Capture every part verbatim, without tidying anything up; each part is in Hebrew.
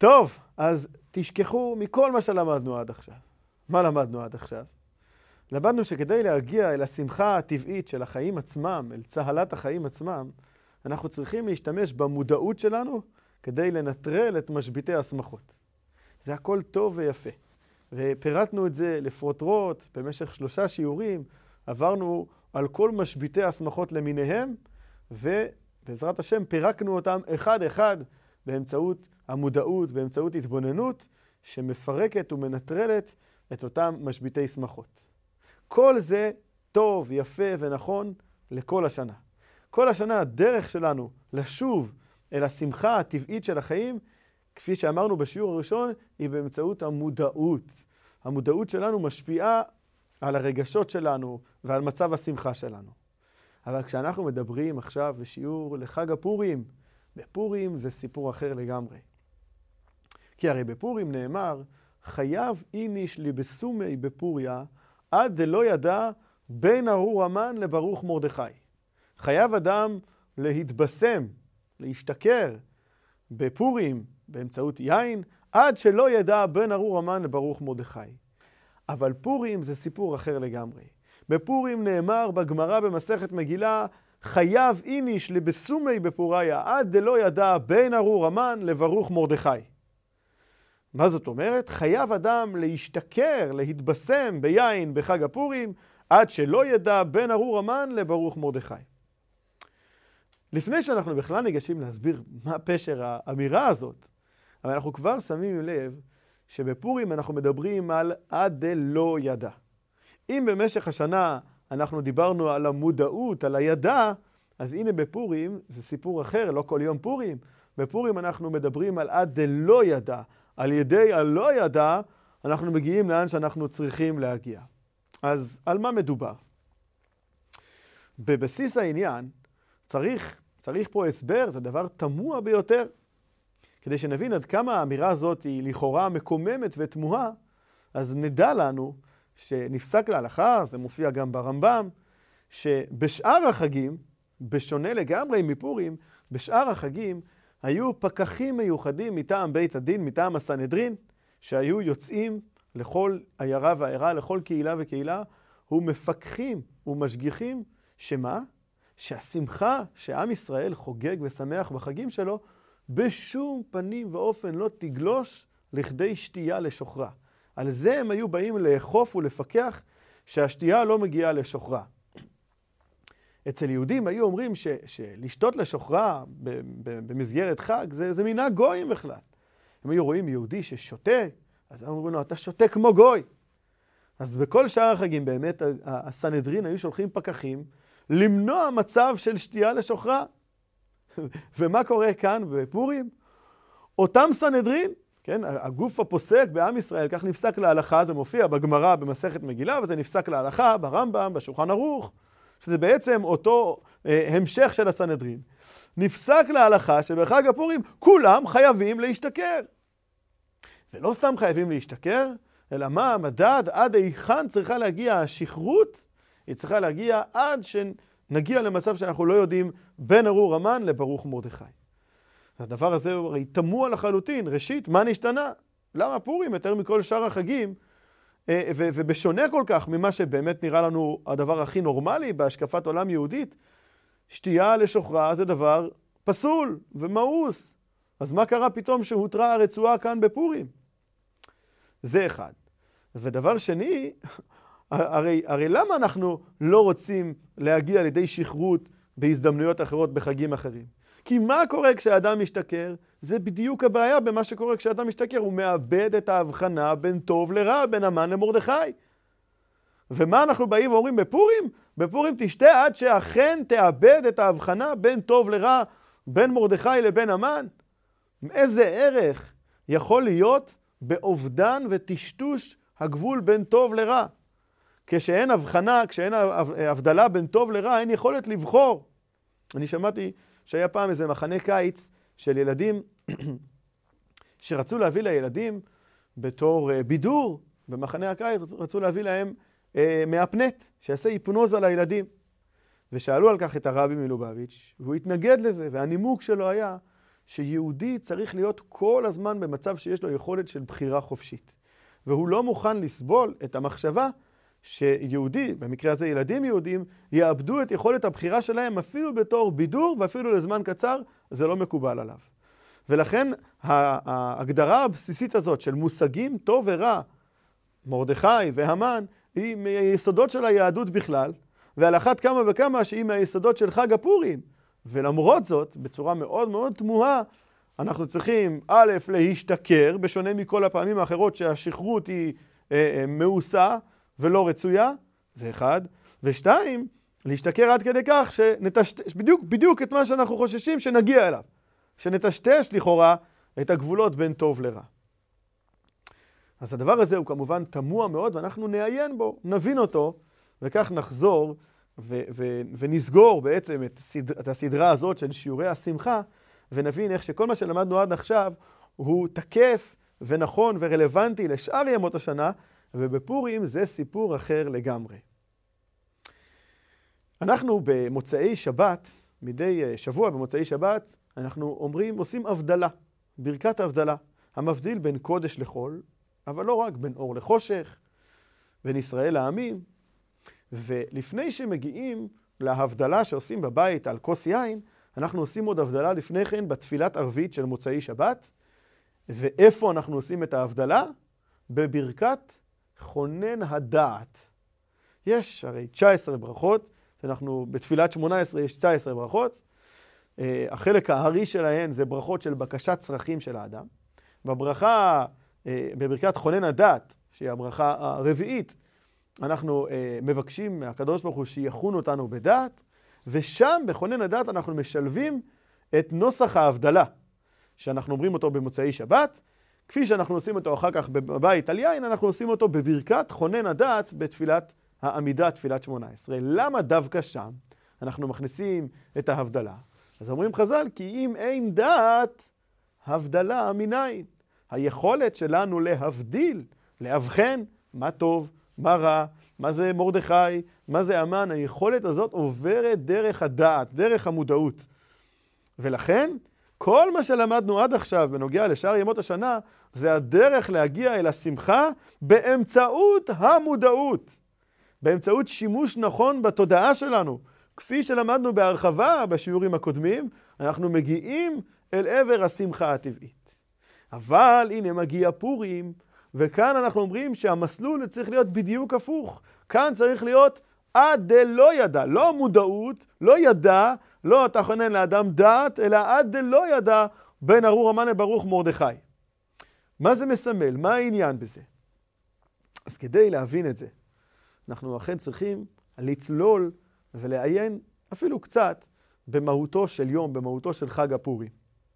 טוב, אז תשכחו מכל מה שלמדנו עד עכשיו. מה למדנו עד עכשיו? למדנו שכדי להגיע אל השמחה הטבעית של החיים עצמם, אל צהלת החיים עצמם, אנחנו צריכים להשתמש במודעות שלנו כדי לנטרל את משביתי השמחות. זה הכל טוב ויפה. ופירטנו את זה לפרוטרוט במשך שלושה שיעורים, עברנו על כל משביתי השמחות למיניהם, ובעזרת השם פירקנו אותם אחד אחד באמצעות המודעות, באמצעות התבוננות, שמפרקת ומנטרלת את אותם משביתי שמחות. כל זה טוב, יפה ונכון לכל השנה. כל השנה הדרך שלנו לשוב אל השמחה הטבעית של החיים, כפי שאמרנו בשיעור הראשון, היא באמצעות המודעות. המודעות שלנו משפיעה על הרגשות שלנו ועל מצב השמחה שלנו. אבל כשאנחנו מדברים עכשיו בשיעור לחג הפורים, בפורים זה סיפור אחר לגמרי. כי הרי בפורים נאמר, חייב איניש לבסומי בפוריה, עד דלא ידע בין ארור המן לברוך מרדכי. חייב אדם להתבשם, להשתכר בפורים באמצעות יין, עד שלא ידע בין ארור המן לברוך מרדכי. אבל פורים זה סיפור אחר לגמרי. בפורים נאמר בגמרא במסכת מגילה, חייב איניש לבסומי בפוריה, עד דלא ידע בין ארור המן לברוך מרדכי. מה זאת אומרת? חייב אדם להשתכר, להתבשם ביין בחג הפורים, עד שלא ידע בין ארור המן לברוך מרדכי. לפני שאנחנו בכלל ניגשים להסביר מה פשר האמירה הזאת, אבל אנחנו כבר שמים לב שבפורים אנחנו מדברים על עד דלא ידע. אם במשך השנה אנחנו דיברנו על המודעות, על הידע, אז הנה בפורים זה סיפור אחר, לא כל יום פורים. בפורים אנחנו מדברים על עד דלא ידע. על ידי הלא ידע אנחנו מגיעים לאן שאנחנו צריכים להגיע. אז על מה מדובר? בבסיס העניין צריך, צריך פה הסבר, זה דבר תמוה ביותר. כדי שנבין עד כמה האמירה הזאת היא לכאורה מקוממת ותמוהה, אז נדע לנו שנפסק להלכה, זה מופיע גם ברמב"ם, שבשאר החגים, בשונה לגמרי מפורים, בשאר החגים היו פקחים מיוחדים מטעם בית הדין, מטעם הסנהדרין, שהיו יוצאים לכל עיירה ועיירה, לכל קהילה וקהילה, ומפקחים ומשגיחים, שמה? שהשמחה שעם ישראל חוגג ושמח בחגים שלו, בשום פנים ואופן לא תגלוש לכדי שתייה לשוחרה. על זה הם היו באים לאכוף ולפקח שהשתייה לא מגיעה לשוחרה. אצל יהודים היו אומרים ש, שלשתות לשוחרה ב, ב, במסגרת חג זה, זה מנהג גויים בכלל. הם היו רואים יהודי ששותה, אז אמרו לו, אתה שותה כמו גוי. אז בכל שאר החגים באמת הסנהדרין היו שולחים פקחים למנוע מצב של שתייה לשוחרה. ומה קורה כאן בפורים? אותם סנהדרין, כן, הגוף הפוסק בעם ישראל, כך נפסק להלכה, זה מופיע בגמרא במסכת מגילה, וזה נפסק להלכה ברמב"ם, בשולחן ערוך, שזה בעצם אותו אה, המשך של הסנהדרין. נפסק להלכה שבחג הפורים כולם חייבים להשתכר. ולא סתם חייבים להשתכר, אלא מה המדד, עד היכן צריכה להגיע השכרות, היא צריכה להגיע עד שנגיע למצב שאנחנו לא יודעים בין ארור המן לברוך מרדכי. הדבר הזה הוא הרי תמוה לחלוטין. ראשית, מה נשתנה? למה פורים יותר מכל שאר החגים, ו- ובשונה כל כך ממה שבאמת נראה לנו הדבר הכי נורמלי בהשקפת עולם יהודית, שתייה לשוחרה זה דבר פסול ומאוס. אז מה קרה פתאום שהותרה הרצועה כאן בפורים? זה אחד. ודבר שני, הרי, הרי למה אנחנו לא רוצים להגיע לידי שכרות בהזדמנויות אחרות בחגים אחרים? כי מה קורה כשאדם משתכר? זה בדיוק הבעיה במה שקורה כשאדם משתכר. הוא מאבד את ההבחנה בין טוב לרע, בין המן למרדכי. ומה אנחנו באים ואומרים בפורים? בפורים תשתה עד שאכן תאבד את ההבחנה בין טוב לרע, בין מרדכי לבין המן. איזה ערך יכול להיות באובדן וטשטוש הגבול בין טוב לרע? כשאין הבחנה, כשאין הבדלה בין טוב לרע, אין יכולת לבחור. אני שמעתי שהיה פעם איזה מחנה קיץ של ילדים שרצו להביא לילדים בתור בידור במחנה הקיץ, רצו להביא להם אה, מאפנט, שיעשה היפנוזה לילדים. ושאלו על כך את הרבי מלובביץ', והוא התנגד לזה, והנימוק שלו היה שיהודי צריך להיות כל הזמן במצב שיש לו יכולת של בחירה חופשית. והוא לא מוכן לסבול את המחשבה שיהודי, במקרה הזה ילדים יהודים, יאבדו את יכולת הבחירה שלהם אפילו בתור בידור ואפילו לזמן קצר, זה לא מקובל עליו. ולכן ההגדרה הבסיסית הזאת של מושגים טוב ורע, מרדכי והמן, היא מהיסודות של היהדות בכלל, ועל אחת כמה וכמה שהיא מהיסודות של חג הפורים. ולמרות זאת, בצורה מאוד מאוד תמוהה, אנחנו צריכים א', להשתכר, בשונה מכל הפעמים האחרות שהשכרות היא אה, אה, מאוסה ולא רצויה, זה אחד, ושתיים, להשתכר עד כדי כך שנטשטש, בדיוק, בדיוק את מה שאנחנו חוששים שנגיע אליו, שנטשטש לכאורה את הגבולות בין טוב לרע. אז הדבר הזה הוא כמובן תמוה מאוד, ואנחנו נעיין בו, נבין אותו, וכך נחזור ו- ו- ונסגור בעצם את, הסדר, את הסדרה הזאת של שיעורי השמחה, ונבין איך שכל מה שלמדנו עד עכשיו הוא תקף ונכון ורלוונטי לשאר ימות השנה, ובפורים זה סיפור אחר לגמרי. אנחנו במוצאי שבת, מדי שבוע במוצאי שבת, אנחנו אומרים, עושים הבדלה, ברכת הבדלה, המבדיל בין קודש לחול, אבל לא רק בין אור לחושך, בין ישראל לעמים. ולפני שמגיעים להבדלה שעושים בבית על כוס יין, אנחנו עושים עוד הבדלה לפני כן בתפילת ערבית של מוצאי שבת. ואיפה אנחנו עושים את ההבדלה? בברכת חונן הדעת. יש הרי תשע עשרה ברכות, אנחנו בתפילת שמונה עשרה יש תשע עשרה ברכות. החלק הארי שלהן זה ברכות של בקשת צרכים של האדם. בברכה, בברכת חונן הדעת, שהיא הברכה הרביעית, אנחנו מבקשים מהקדוש ברוך הוא שיחון אותנו בדעת, ושם בחונן הדעת אנחנו משלבים את נוסח ההבדלה, שאנחנו אומרים אותו במוצאי שבת, כפי שאנחנו עושים אותו אחר כך בבית על יין, אנחנו עושים אותו בברכת חונן הדעת בתפילת העמידה, תפילת שמונה עשרה. למה דווקא שם אנחנו מכניסים את ההבדלה? אז אומרים חז"ל, כי אם אין דעת, הבדלה מניין. היכולת שלנו להבדיל, להבחן מה טוב, מה רע, מה זה מרדכי, מה זה המן, היכולת הזאת עוברת דרך הדעת, דרך המודעות. ולכן, כל מה שלמדנו עד עכשיו בנוגע לשאר ימות השנה, זה הדרך להגיע אל השמחה באמצעות המודעות. באמצעות שימוש נכון בתודעה שלנו. כפי שלמדנו בהרחבה בשיעורים הקודמים, אנחנו מגיעים אל עבר השמחה הטבעית. אבל הנה מגיע פורים, וכאן אנחנו אומרים שהמסלול צריך להיות בדיוק הפוך. כאן צריך להיות עד דלא ידע, לא מודעות, לא ידע, לא תכונן לאדם דעת, אלא עד דלא ידע בין ארור המן לברוך מרדכי. מה זה מסמל? מה העניין בזה? אז כדי להבין את זה, אנחנו אכן צריכים לצלול ולעיין אפילו קצת במהותו של יום, במהותו של חג הפורים.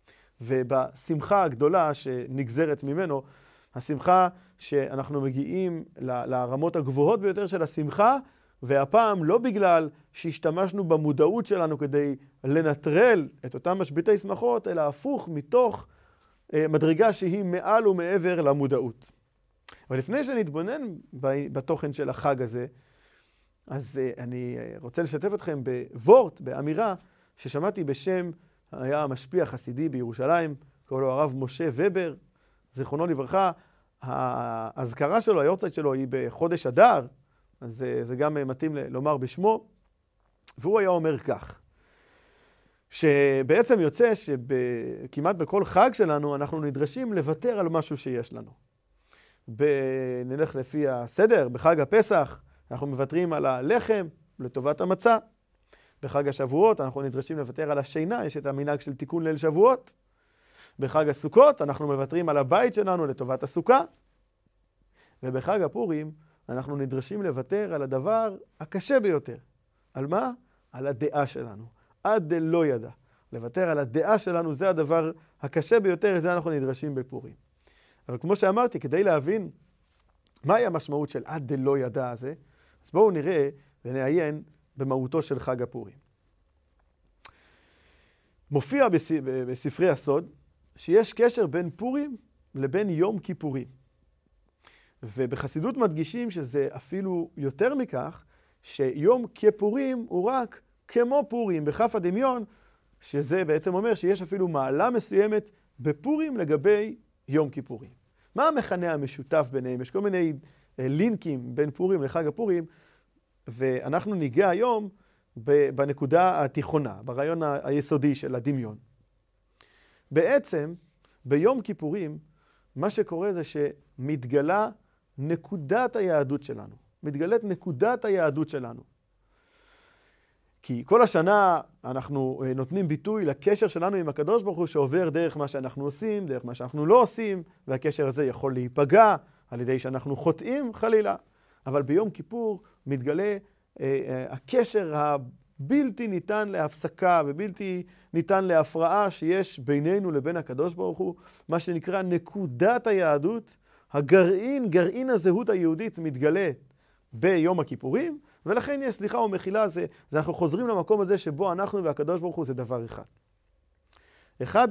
ובשמחה הגדולה שנגזרת ממנו, השמחה שאנחנו מגיעים לרמות הגבוהות ביותר של השמחה, והפעם לא בגלל שהשתמשנו במודעות שלנו כדי לנטרל את אותם משביתי שמחות, אלא הפוך מתוך מדרגה שהיא מעל ומעבר למודעות. אבל לפני שנתבונן בתוכן של החג הזה, אז אני רוצה לשתף אתכם בוורט, באמירה ששמעתי בשם, היה המשפיע חסידי בירושלים, קורא לו הרב משה ובר, זיכרונו לברכה. ההזכרה שלו, היורצייט שלו, היא בחודש אדר, אז זה, זה גם מתאים לומר בשמו. והוא היה אומר כך, שבעצם יוצא שכמעט בכל חג שלנו אנחנו נדרשים לוותר על משהו שיש לנו. נלך לפי הסדר, בחג הפסח אנחנו מוותרים על הלחם לטובת המצה. בחג השבועות אנחנו נדרשים לוותר על השינה, יש את המנהג של תיקון ליל שבועות. בחג הסוכות אנחנו מוותרים על הבית שלנו לטובת הסוכה. ובחג הפורים אנחנו נדרשים לוותר על הדבר הקשה ביותר. על מה? על הדעה שלנו. עד דלא ידע. לוותר על הדעה שלנו זה הדבר הקשה ביותר, זה אנחנו נדרשים בפורים. אבל כמו שאמרתי, כדי להבין מהי המשמעות של עד דלא ידע הזה, אז בואו נראה ונעיין במהותו של חג הפורים. מופיע בספרי הסוד שיש קשר בין פורים לבין יום כיפורים. ובחסידות מדגישים שזה אפילו יותר מכך, שיום כיפורים הוא רק כמו פורים, בכף הדמיון, שזה בעצם אומר שיש אפילו מעלה מסוימת בפורים לגבי יום כיפורים. מה המכנה המשותף ביניהם? יש כל מיני לינקים בין פורים לחג הפורים, ואנחנו ניגע היום בנקודה התיכונה, ברעיון היסודי של הדמיון. בעצם, ביום כיפורים, מה שקורה זה שמתגלה נקודת היהדות שלנו. מתגלית נקודת היהדות שלנו. כי כל השנה אנחנו נותנים ביטוי לקשר שלנו עם הקדוש ברוך הוא שעובר דרך מה שאנחנו עושים, דרך מה שאנחנו לא עושים, והקשר הזה יכול להיפגע על ידי שאנחנו חוטאים חלילה. אבל ביום כיפור מתגלה אה, הקשר הבלתי ניתן להפסקה ובלתי ניתן להפרעה שיש בינינו לבין הקדוש ברוך הוא, מה שנקרא נקודת היהדות, הגרעין, גרעין הזהות היהודית מתגלה ביום הכיפורים, ולכן יש סליחה ומחילה, זה, זה אנחנו חוזרים למקום הזה שבו אנחנו והקדוש ברוך הוא זה דבר אחד. אחד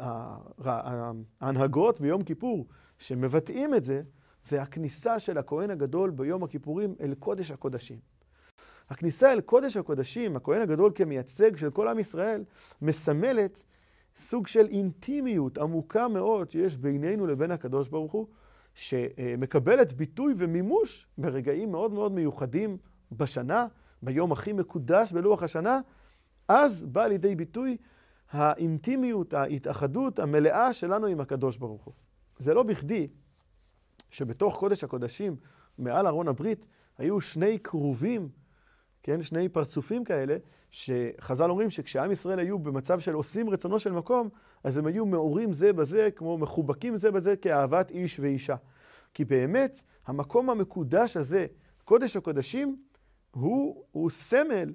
ההנהגות ביום כיפור שמבטאים את זה, זה הכניסה של הכהן הגדול ביום הכיפורים אל קודש הקודשים. הכניסה אל קודש הקודשים, הכהן הגדול כמייצג של כל עם ישראל, מסמלת סוג של אינטימיות עמוקה מאוד שיש בינינו לבין הקדוש ברוך הוא, שמקבלת ביטוי ומימוש ברגעים מאוד מאוד מיוחדים בשנה, ביום הכי מקודש בלוח השנה, אז בא לידי ביטוי האינטימיות, ההתאחדות המלאה שלנו עם הקדוש ברוך הוא. זה לא בכדי שבתוך קודש הקודשים, מעל ארון הברית, היו שני קרובים, כן, שני פרצופים כאלה, שחז"ל אומרים שכשעם ישראל היו במצב של עושים רצונו של מקום, אז הם היו מאורים זה בזה, כמו מחובקים זה בזה, כאהבת איש ואישה. כי באמת, המקום המקודש הזה, קודש הקודשים, הוא, הוא סמל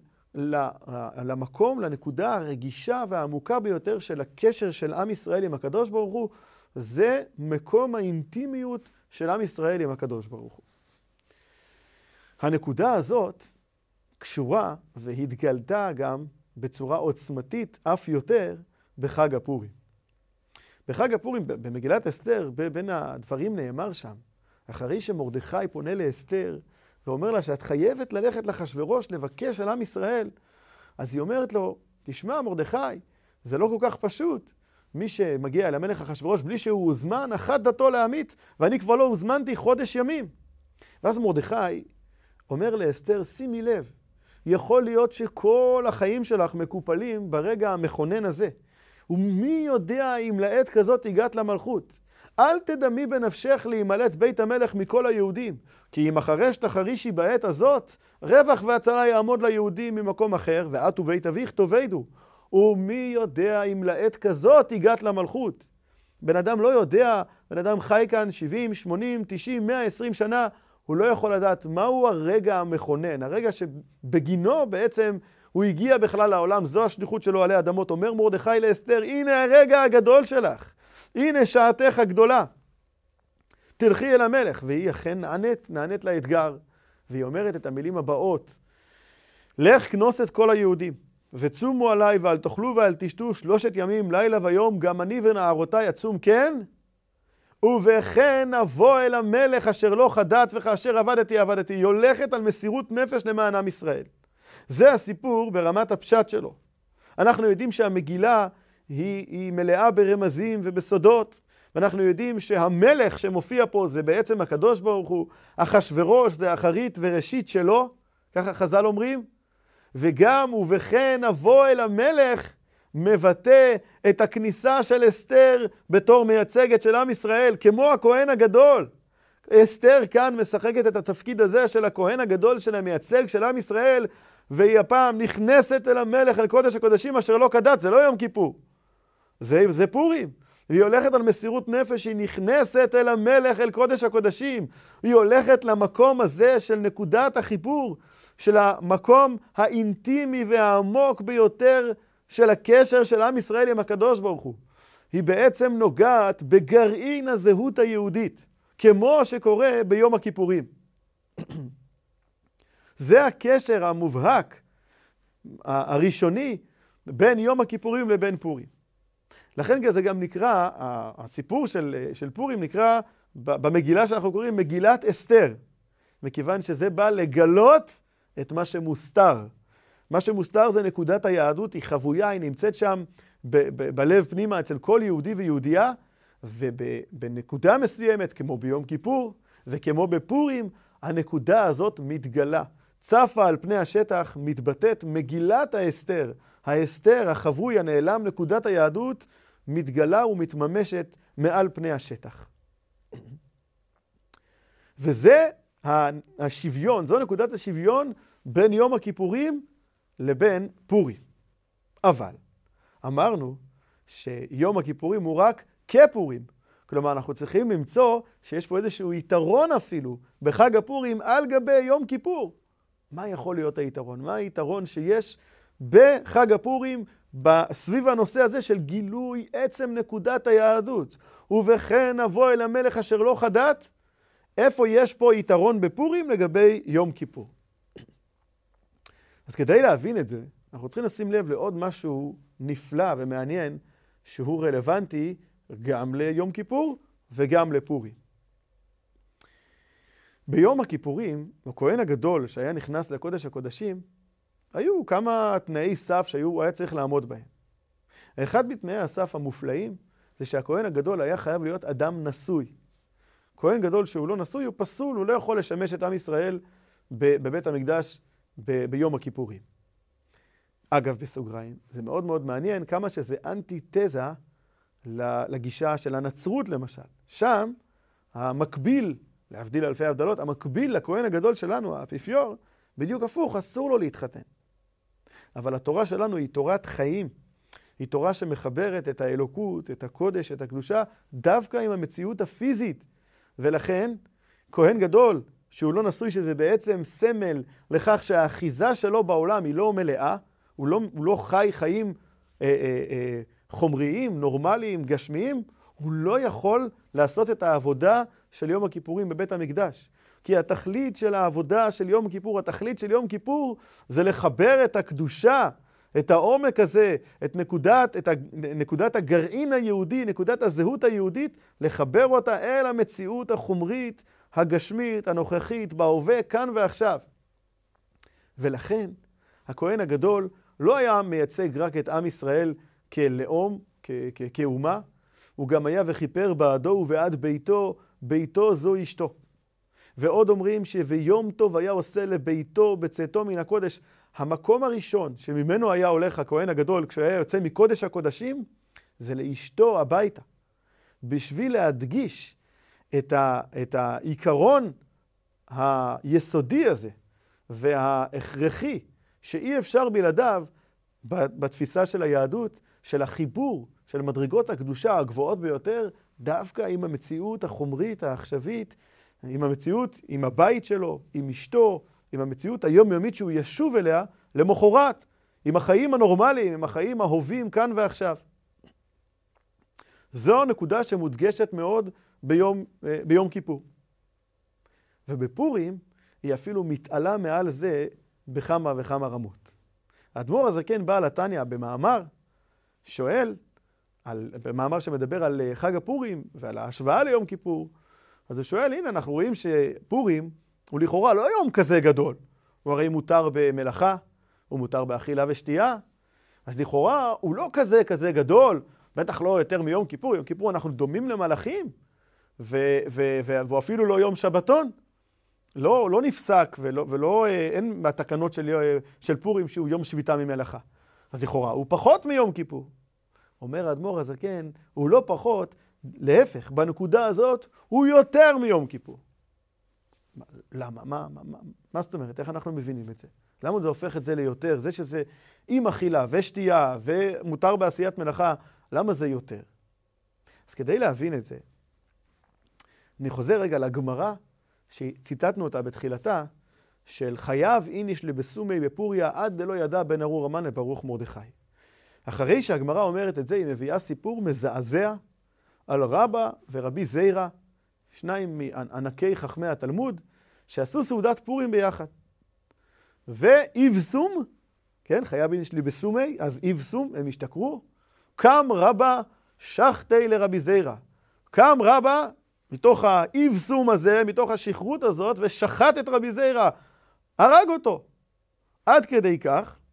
למקום, לנקודה הרגישה והעמוקה ביותר של הקשר של עם ישראל עם הקדוש ברוך הוא, זה מקום האינטימיות של עם ישראל עם הקדוש ברוך הוא. הנקודה הזאת קשורה והתגלתה גם בצורה עוצמתית אף יותר בחג הפורים. בחג הפורים, במגילת אסתר, בין הדברים נאמר שם, אחרי שמרדכי פונה לאסתר ואומר לה שאת חייבת ללכת לאחשוורוש לבקש על עם ישראל, אז היא אומרת לו, תשמע מרדכי, זה לא כל כך פשוט. מי שמגיע אל המלך אחשוורוש בלי שהוא הוזמן, אחת דתו להמית, ואני כבר לא הוזמנתי חודש ימים. ואז מרדכי אומר לאסתר, שימי לב, יכול להיות שכל החיים שלך מקופלים ברגע המכונן הזה. ומי יודע אם לעת כזאת הגעת למלכות. אל תדמי בנפשך להימלט בית המלך מכל היהודים, כי אם אחרש תחרישי בעת הזאת, רווח והצלה יעמוד ליהודים ממקום אחר, ואת ובית אביך תאבדו. ומי יודע אם לעת כזאת הגעת למלכות. בן אדם לא יודע, בן אדם חי כאן שבעים, שמונים, תשעים, מאה ועשרים שנה, הוא לא יכול לדעת מהו הרגע המכונן, הרגע שבגינו בעצם הוא הגיע בכלל לעולם, זו השליחות שלו עלי אדמות. אומר מרדכי לאסתר, הנה הרגע הגדול שלך, הנה שעתך הגדולה, תלכי אל המלך. והיא אכן נענית, נענית לאתגר, והיא אומרת את המילים הבאות, לך כנוס את כל היהודים, וצומו עליי ואל תאכלו ואל תשתו שלושת ימים, לילה ויום, גם אני ונערותי אצום כן, ובכן אבוא אל המלך אשר לא חדת וכאשר עבדתי עבדתי. היא הולכת על מסירות נפש למען עם ישראל. זה הסיפור ברמת הפשט שלו. אנחנו יודעים שהמגילה היא, היא מלאה ברמזים ובסודות, ואנחנו יודעים שהמלך שמופיע פה זה בעצם הקדוש ברוך הוא, אחשוורוש זה אחרית וראשית שלו, ככה חז"ל אומרים, וגם ובכן אבוא אל המלך מבטא את הכניסה של אסתר בתור מייצגת של עם ישראל, כמו הכהן הגדול. אסתר כאן משחקת את התפקיד הזה של הכהן הגדול של המייצג של עם ישראל, והיא הפעם נכנסת אל המלך, אל קודש הקודשים אשר לא קדש. זה לא יום כיפור, זה, זה פורים. היא הולכת על מסירות נפש, היא נכנסת אל המלך, אל קודש הקודשים. היא הולכת למקום הזה של נקודת החיבור, של המקום האינטימי והעמוק ביותר של הקשר של עם ישראל עם הקדוש ברוך הוא. היא בעצם נוגעת בגרעין הזהות היהודית, כמו שקורה ביום הכיפורים. זה הקשר המובהק, הראשוני, בין יום הכיפורים לבין פורים. לכן זה גם נקרא, הסיפור של, של פורים נקרא במגילה שאנחנו קוראים מגילת אסתר, מכיוון שזה בא לגלות את מה שמוסתר. מה שמוסתר זה נקודת היהדות, היא חבויה, היא נמצאת שם ב- ב- בלב פנימה אצל כל יהודי ויהודייה, ובנקודה מסוימת, כמו ביום כיפור וכמו בפורים, הנקודה הזאת מתגלה. צפה על פני השטח, מתבטאת מגילת האסתר. האסתר, החבוי, הנעלם, נקודת היהדות, מתגלה ומתממשת מעל פני השטח. וזה השוויון, זו נקודת השוויון בין יום הכיפורים לבין פורים. אבל אמרנו שיום הכיפורים הוא רק כפורים. כלומר, אנחנו צריכים למצוא שיש פה איזשהו יתרון אפילו בחג הפורים על גבי יום כיפור. מה יכול להיות היתרון? מה היתרון שיש בחג הפורים סביב הנושא הזה של גילוי עצם נקודת היהדות? ובכן נבוא אל המלך אשר לא חדת. איפה יש פה יתרון בפורים לגבי יום כיפור? אז כדי להבין את זה, אנחנו צריכים לשים לב לעוד משהו נפלא ומעניין שהוא רלוונטי גם ליום כיפור וגם לפורים. ביום הכיפורים, הכהן הגדול שהיה נכנס לקודש הקודשים, היו כמה תנאי סף שהוא היה צריך לעמוד בהם. אחד מתנאי הסף המופלאים זה שהכהן הגדול היה חייב להיות אדם נשוי. כהן גדול שהוא לא נשוי הוא פסול, הוא לא יכול לשמש את עם ישראל בבית המקדש ב- ביום הכיפורים. אגב, בסוגריים, זה מאוד מאוד מעניין כמה שזה אנטיתזה לגישה של הנצרות למשל. שם המקביל, להבדיל אלפי הבדלות, המקביל לכהן הגדול שלנו, האפיפיור, בדיוק הפוך, אסור לו להתחתן. אבל התורה שלנו היא תורת חיים. היא תורה שמחברת את האלוקות, את הקודש, את הקדושה, דווקא עם המציאות הפיזית. ולכן, כהן גדול, שהוא לא נשוי, שזה בעצם סמל לכך שהאחיזה שלו בעולם היא לא מלאה, הוא לא, הוא לא חי חיים אה, אה, אה, חומריים, נורמליים, גשמיים, הוא לא יכול לעשות את העבודה של יום הכיפורים בבית המקדש. כי התכלית של העבודה של יום כיפור, התכלית של יום כיפור, זה לחבר את הקדושה, את העומק הזה, את נקודת, את נקודת הגרעין היהודי, נקודת הזהות היהודית, לחבר אותה אל המציאות החומרית, הגשמית, הנוכחית, בהווה, כאן ועכשיו. ולכן, הכהן הגדול לא היה מייצג רק את עם ישראל כלאום, כאומה, הוא גם היה וכיפר בעדו ובעד ביתו, ביתו זו אשתו. ועוד אומרים שביום טוב היה עושה לביתו בצאתו מן הקודש. המקום הראשון שממנו היה הולך הכהן הגדול כשהוא היה יוצא מקודש הקודשים, זה לאשתו הביתה. בשביל להדגיש את, ה, את העיקרון היסודי הזה וההכרחי שאי אפשר בלעדיו בתפיסה של היהדות, של החיבור, של מדרגות הקדושה הגבוהות ביותר, דווקא עם המציאות החומרית, העכשווית, עם המציאות, עם הבית שלו, עם אשתו, עם המציאות היומיומית שהוא ישוב אליה למחרת, עם החיים הנורמליים, עם החיים ההווים כאן ועכשיו. זו נקודה שמודגשת מאוד ביום, ביום כיפור. ובפורים היא אפילו מתעלה מעל זה בכמה וכמה רמות. האדמו"ר הזקן בעל התניא במאמר שואל, על, במאמר שמדבר על חג הפורים ועל ההשוואה ליום כיפור, אז הוא שואל, הנה אנחנו רואים שפורים הוא לכאורה לא יום כזה גדול. הוא הרי מותר במלאכה, הוא מותר באכילה ושתייה, אז לכאורה הוא לא כזה כזה גדול, בטח לא יותר מיום כיפור. יום כיפור אנחנו דומים למלאכים, ו- ו- ו- והוא אפילו לא יום שבתון. לא, לא נפסק ולא, ולא, אין מהתקנות של, של פורים שהוא יום שביתה ממלאכה. אז לכאורה הוא פחות מיום כיפור. אומר האדמו"ר הזקן, הוא לא פחות, להפך, בנקודה הזאת הוא יותר מיום כיפור. למה? מה, מה, מה, מה זאת אומרת? איך אנחנו מבינים את זה? למה זה הופך את זה ליותר? זה שזה עם אכילה ושתייה ומותר בעשיית מלאכה, למה זה יותר? אז כדי להבין את זה, אני חוזר רגע לגמרא, שציטטנו אותה בתחילתה, של חייב איניש לבסומי בפוריה עד דלא ידע בן ארור המן לברוך מרדכי. אחרי שהגמרא אומרת את זה, היא מביאה סיפור מזעזע על רבא ורבי זיירא, שניים מענקי חכמי התלמוד, שעשו סעודת פורים ביחד. ואיבסום, כן, חייב איניש לבסומי, אז איבסום, הם השתכרו, קם רבא שחטי לרבי זיירא. קם רבא מתוך האיבסום הזה, מתוך השכרות הזאת, ושחט את רבי זיירא, הרג אותו. עד כדי כך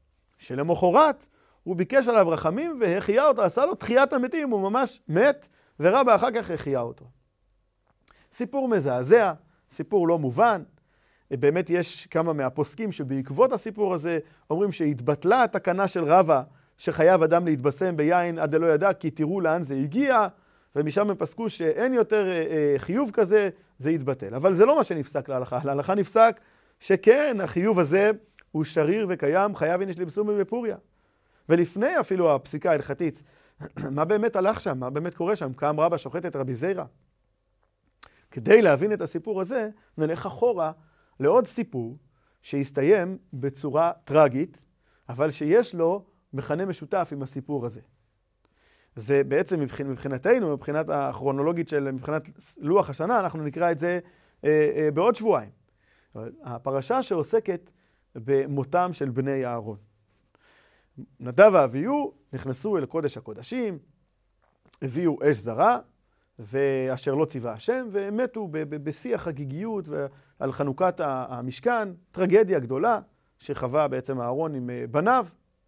שלמחרת הוא ביקש עליו רחמים והחיה אותו, עשה לו תחיית המתים, הוא ממש מת, ורבא אחר כך החיה אותו. סיפור מזעזע, סיפור לא מובן. באמת יש כמה מהפוסקים שבעקבות הסיפור הזה אומרים שהתבטלה התקנה של רבא שחייב אדם להתבשם ביין עד דלא ידע, כי תראו לאן זה הגיע, ומשם הם פסקו שאין יותר אה, אה, חיוב כזה, זה יתבטל. אבל זה לא מה שנפסק להלכה. להלכה נפסק שכן, החיוב הזה הוא שריר וקיים, חייב הנה שלי בסומי בפוריה. ולפני אפילו הפסיקה ההלכתית, מה באמת הלך שם? מה באמת קורה שם? קם רבא שוחט את רבי זיירא. כדי להבין את הסיפור הזה, נלך אחורה לעוד סיפור שהסתיים בצורה טרגית, אבל שיש לו מכנה משותף עם הסיפור הזה. זה בעצם מבחינתנו, מבחינת הכרונולוגית של, מבחינת לוח השנה, אנחנו נקרא את זה אה, אה, בעוד שבועיים. הפרשה שעוסקת במותם של בני אהרון. נדב ואביהו נכנסו אל קודש הקודשים, הביאו אש זרה, ואשר לא ציווה השם, והם מתו בשיא החגיגיות על חנוכת המשכן, טרגדיה גדולה שחווה בעצם אהרון עם בניו.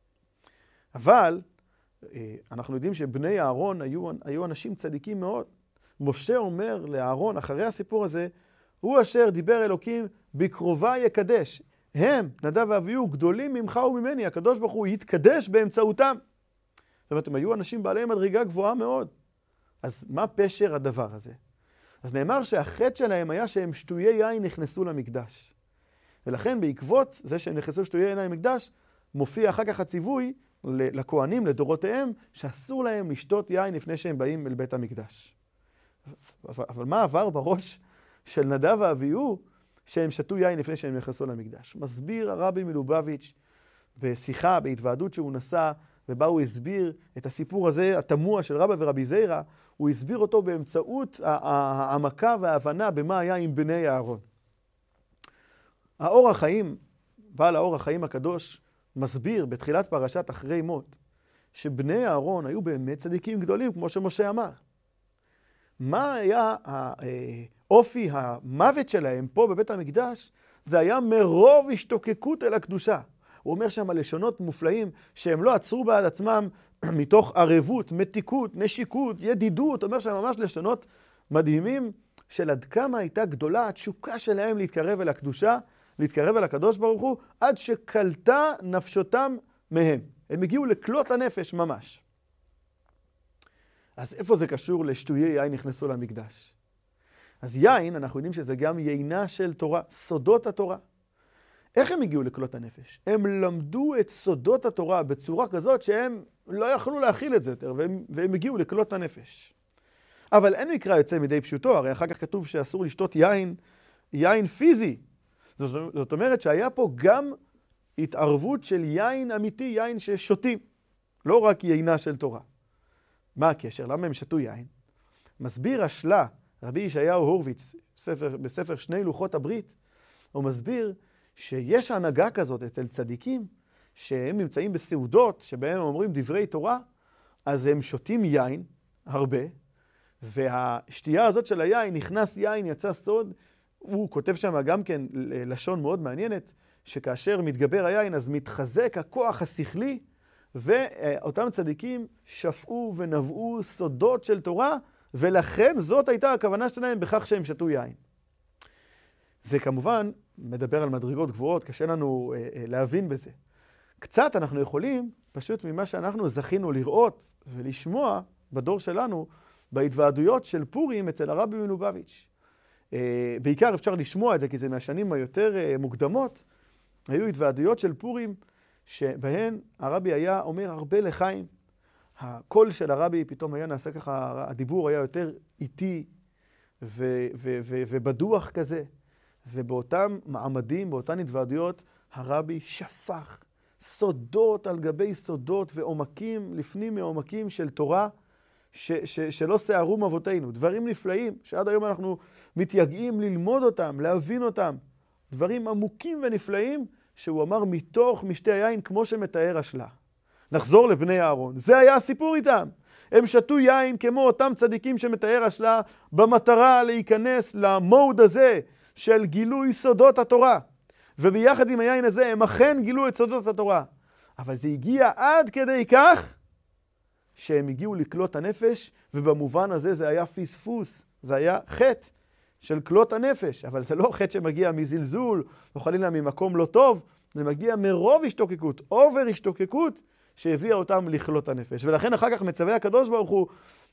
אבל אנחנו יודעים שבני אהרון היו, היו אנשים צדיקים מאוד. משה אומר לאהרון, אחרי הסיפור הזה, הוא אשר דיבר אלוקים בקרובה יקדש. הם, נדב ואביהו, גדולים ממך וממני, הקדוש ברוך הוא יתקדש באמצעותם. זאת אומרת, הם היו אנשים בעלי מדרגה גבוהה מאוד. אז מה פשר הדבר הזה? אז נאמר שהחטא שלהם היה שהם שטויי יין נכנסו למקדש. ולכן בעקבות זה שהם נכנסו שטויי יין למקדש, מופיע אחר כך הציווי לכהנים, לדורותיהם, שאסור להם לשתות יין לפני שהם באים אל בית המקדש. אבל מה עבר בראש של נדב ואביהו שהם שתו יין לפני שהם נכנסו למקדש? מסביר הרבי מלובביץ' בשיחה, בהתוועדות שהוא נשא, ובה הוא הסביר את הסיפור הזה, התמוה של רבא ורבי זיירא, הוא הסביר אותו באמצעות העמקה וההבנה במה היה עם בני אהרון. האור החיים, בעל האור החיים הקדוש, מסביר בתחילת פרשת אחרי מות, שבני אהרון היו באמת צדיקים גדולים, כמו שמשה אמר. מה היה האופי המוות שלהם פה בבית המקדש? זה היה מרוב השתוקקות אל הקדושה. הוא אומר שם לשונות מופלאים שהם לא עצרו בעד עצמם מתוך ערבות, מתיקות, נשיקות, ידידות. הוא אומר שם ממש לשונות מדהימים של עד כמה הייתה גדולה התשוקה שלהם להתקרב אל הקדושה, להתקרב אל הקדוש ברוך הוא, עד שקלטה נפשותם מהם. הם הגיעו לקלות הנפש ממש. אז איפה זה קשור לשטויי יין נכנסו למקדש? אז יין, אנחנו יודעים שזה גם יינה של תורה, סודות התורה. איך הם הגיעו לקלות הנפש? הם למדו את סודות התורה בצורה כזאת שהם לא יכלו להכיל את זה יותר, והם, והם הגיעו לקלות הנפש. אבל אין מקרא יוצא מדי פשוטו, הרי אחר כך כתוב שאסור לשתות יין, יין פיזי. זאת, זאת אומרת שהיה פה גם התערבות של יין אמיתי, יין ששותים, לא רק יינה של תורה. מה הקשר? למה הם שתו יין? מסביר השלה, רבי ישעיהו הורוביץ, בספר, בספר שני לוחות הברית, הוא מסביר שיש הנהגה כזאת אצל צדיקים, שהם נמצאים בסעודות, שבהם הם אומרים דברי תורה, אז הם שותים יין, הרבה, והשתייה הזאת של היין, נכנס יין, יצא סוד, הוא כותב שם גם כן לשון מאוד מעניינת, שכאשר מתגבר היין, אז מתחזק הכוח השכלי, ואותם צדיקים שפעו ונבעו סודות של תורה, ולכן זאת הייתה הכוונה שלהם בכך שהם שתו יין. זה כמובן מדבר על מדרגות גבוהות, קשה לנו אה, אה, להבין בזה. קצת אנחנו יכולים, פשוט ממה שאנחנו זכינו לראות ולשמוע בדור שלנו, בהתוועדויות של פורים אצל הרבי מלובביץ'. אה, בעיקר אפשר לשמוע את זה, כי זה מהשנים היותר אה, מוקדמות, היו התוועדויות של פורים, שבהן הרבי היה אומר הרבה לחיים. הקול של הרבי פתאום היה נעשה ככה, הדיבור היה יותר איטי ו- ו- ו- ובדוח כזה. ובאותם מעמדים, באותן התוועדויות, הרבי שפך סודות על גבי סודות ועומקים לפנים מעומקים של תורה ש- ש- שלא שערום אבותינו. דברים נפלאים שעד היום אנחנו מתייגעים ללמוד אותם, להבין אותם. דברים עמוקים ונפלאים שהוא אמר מתוך משתי היין כמו שמתאר השלה. נחזור לבני אהרון. זה היה הסיפור איתם. הם שתו יין כמו אותם צדיקים שמתאר השלה במטרה להיכנס למוד הזה של גילוי סודות התורה. וביחד עם היין הזה הם אכן גילו את סודות התורה. אבל זה הגיע עד כדי כך שהם הגיעו לקלוט הנפש, ובמובן הזה זה היה פספוס, זה היה חטא של קלוט הנפש, אבל זה לא חטא שמגיע מזלזול, או חלילה ממקום לא טוב, זה מגיע מרוב השתוקקות, אובר השתוקקות, שהביאה אותם לכלות הנפש. ולכן אחר כך מצווה הקדוש ברוך הוא,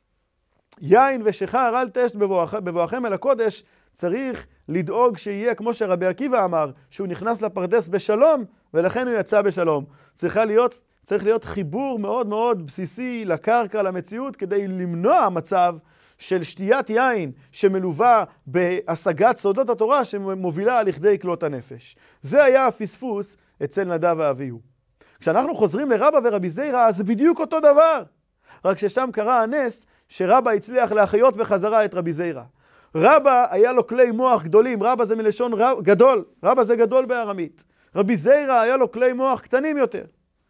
יין ושיכר אל תשת בבואכם אל הקודש, צריך לדאוג שיהיה, כמו שרבי עקיבא אמר, שהוא נכנס לפרדס בשלום, ולכן הוא יצא בשלום. צריכה להיות, צריך להיות חיבור מאוד מאוד בסיסי לקרקע, למציאות, כדי למנוע מצב של שתיית יין שמלווה בהשגת סודות התורה שמובילה לכדי כלות הנפש. זה היה הפספוס אצל נדב ואביהו. כשאנחנו חוזרים לרבא ורבי זיירא, זה בדיוק אותו דבר. רק ששם קרה הנס שרבא הצליח להחיות בחזרה את רבי זיירא. רבא היה לו כלי מוח גדולים, רבא זה מלשון רב, גדול, רבא זה גדול בארמית. רבי זיירא היה לו כלי מוח קטנים יותר.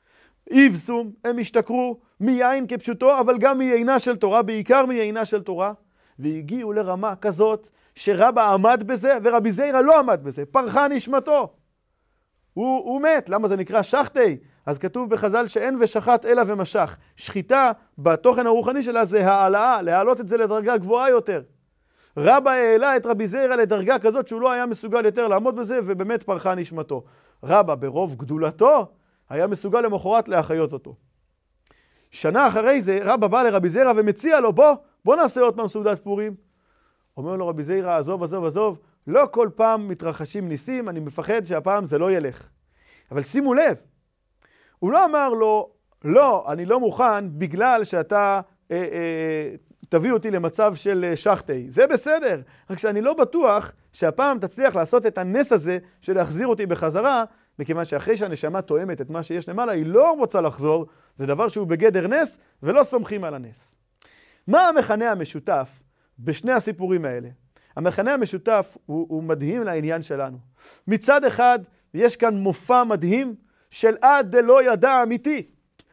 איבסום, הם השתכרו מיין כפשוטו, אבל גם מיינה של תורה, בעיקר מיינה של תורה, והגיעו לרמה כזאת שרבא עמד בזה ורבי זיירא לא עמד בזה, פרחה נשמתו. הוא, הוא מת. למה זה נקרא שחטי? אז כתוב בחז"ל שאין ושחט אלא ומשך. שחיטה בתוכן הרוחני שלה זה העלאה, להעלות את זה לדרגה גבוהה יותר. רבא העלה את רבי זיירא לדרגה כזאת שהוא לא היה מסוגל יותר לעמוד בזה, ובאמת פרחה נשמתו. רבא ברוב גדולתו היה מסוגל למחרת להחיות אותו. שנה אחרי זה רבא בא לרבי זיירא ומציע לו, בוא, בוא נעשה עוד פעם סעודת פורים. אומר לו רבי זיירא, עזוב, עזוב, עזוב, לא כל פעם מתרחשים ניסים, אני מפחד שהפעם זה לא ילך. אבל שימו לב, הוא לא אמר לו, לא, אני לא מוכן בגלל שאתה אה, אה, תביא אותי למצב של שחטי. זה בסדר, רק שאני לא בטוח שהפעם תצליח לעשות את הנס הזה של להחזיר אותי בחזרה, מכיוון שאחרי שהנשמה תואמת את מה שיש למעלה, היא לא רוצה לחזור, זה דבר שהוא בגדר נס ולא סומכים על הנס. מה המכנה המשותף בשני הסיפורים האלה? המכנה המשותף הוא, הוא מדהים לעניין שלנו. מצד אחד, יש כאן מופע מדהים של עד דלא ידע אמיתי,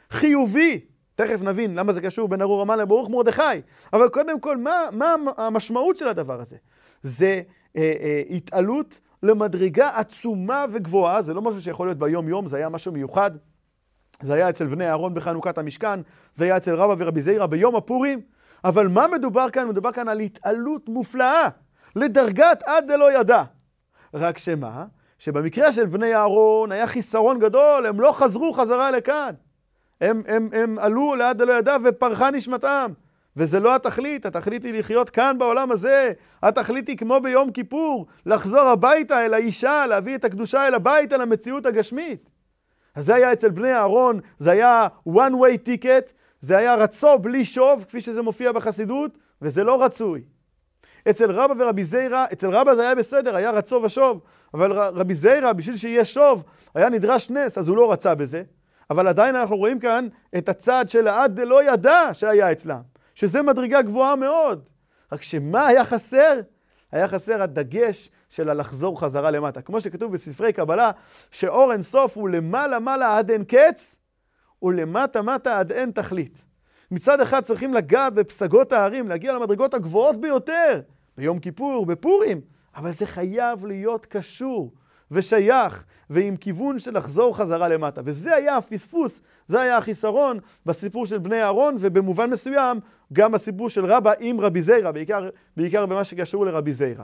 חיובי. תכף נבין למה זה קשור בין ארור המן לברוך מרדכי. אבל קודם כל, מה, מה המשמעות של הדבר הזה? זה אה, אה, התעלות למדרגה עצומה וגבוהה. זה לא משהו שיכול להיות ביום יום, זה היה משהו מיוחד. זה היה אצל בני אהרון בחנוכת המשכן, זה היה אצל רבא ורבי זיירא ביום הפורים. אבל מה מדובר כאן? מדובר כאן על התעלות מופלאה, לדרגת עד דלא ידע. רק שמה? שבמקרה של בני אהרון היה חיסרון גדול, הם לא חזרו חזרה לכאן. הם, הם, הם עלו לעד דלא ידע ופרחה נשמתם. וזה לא התכלית, התכלית היא לחיות כאן בעולם הזה. התכלית היא כמו ביום כיפור, לחזור הביתה אל האישה, להביא את הקדושה אל הבית, אל המציאות הגשמית. אז זה היה אצל בני אהרון, זה היה one way ticket, זה היה רצו בלי שוב, כפי שזה מופיע בחסידות, וזה לא רצוי. אצל רבא ורבי זיירא, אצל רבא זה היה בסדר, היה רצו ושוב, אבל רבי זיירא, בשביל שיהיה שוב, היה נדרש נס, אז הוא לא רצה בזה. אבל עדיין אנחנו רואים כאן את הצד של עד דלא ידע שהיה אצלם, שזה מדרגה גבוהה מאוד. רק שמה היה חסר? היה חסר הדגש של הלחזור חזרה למטה. כמו שכתוב בספרי קבלה, שאור אין סוף הוא למעלה מעלה עד אין קץ, ולמטה מטה עד אין תכלית. מצד אחד צריכים לגעת בפסגות הערים, להגיע למדרגות הגבוהות ביותר, ביום כיפור, בפורים, אבל זה חייב להיות קשור ושייך, ועם כיוון של לחזור חזרה למטה. וזה היה הפספוס, זה היה החיסרון בסיפור של בני אהרון, ובמובן מסוים גם הסיפור של רבא עם רבי זיירא, בעיקר, בעיקר במה שקשור לרבי זיירא.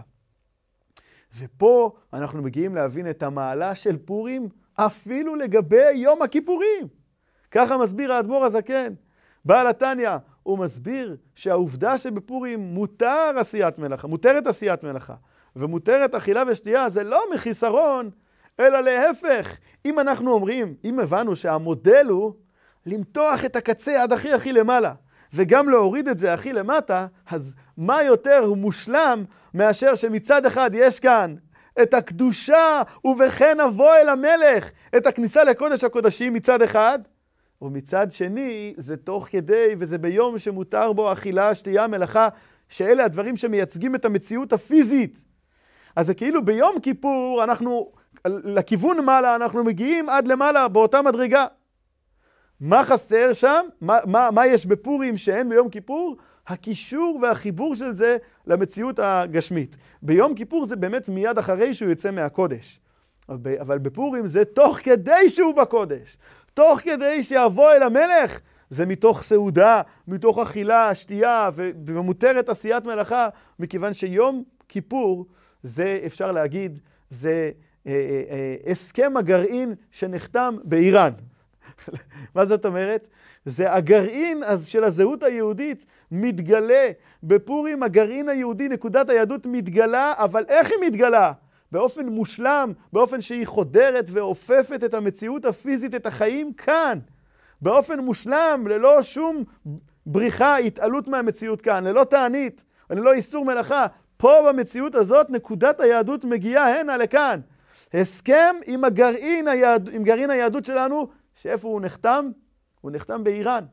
ופה אנחנו מגיעים להבין את המעלה של פורים, אפילו לגבי יום הכיפורים. ככה מסביר האדמו"ר הזקן. בעל התניא, הוא מסביר שהעובדה שבפורים מותר עשיית מלאכה, מותרת עשיית מלאכה, ומותרת אכילה ושתייה, זה לא מחיסרון, אלא להפך. אם אנחנו אומרים, אם הבנו שהמודל הוא למתוח את הקצה עד הכי הכי למעלה, וגם להוריד את זה הכי למטה, אז מה יותר הוא מושלם מאשר שמצד אחד יש כאן את הקדושה, ובכן אבוא אל המלך, את הכניסה לקודש הקודשים מצד אחד, ומצד שני זה תוך כדי, וזה ביום שמותר בו אכילה, שתייה, מלאכה, שאלה הדברים שמייצגים את המציאות הפיזית. אז זה כאילו ביום כיפור אנחנו, לכיוון מעלה, אנחנו מגיעים עד למעלה באותה מדרגה. מה חסר שם? מה, מה, מה יש בפורים שאין ביום כיפור? הקישור והחיבור של זה למציאות הגשמית. ביום כיפור זה באמת מיד אחרי שהוא יוצא מהקודש. אבל בפורים זה תוך כדי שהוא בקודש. תוך כדי שיבוא אל המלך, זה מתוך סעודה, מתוך אכילה, שתייה, ומותרת עשיית מלאכה, מכיוון שיום כיפור, זה אפשר להגיד, זה אה, אה, הסכם הגרעין שנחתם באיראן. מה זאת אומרת? זה הגרעין אז של הזהות היהודית מתגלה. בפורים הגרעין היהודי, נקודת היהדות מתגלה, אבל איך היא מתגלה? באופן מושלם, באופן שהיא חודרת ואופפת את המציאות הפיזית, את החיים כאן. באופן מושלם, ללא שום בריחה, התעלות מהמציאות כאן, ללא תענית, ללא איסור מלאכה. פה במציאות הזאת נקודת היהדות מגיעה הנה לכאן. הסכם עם הגרעין, היהד... עם גרעין היהדות שלנו, שאיפה הוא נחתם? הוא נחתם באיראן.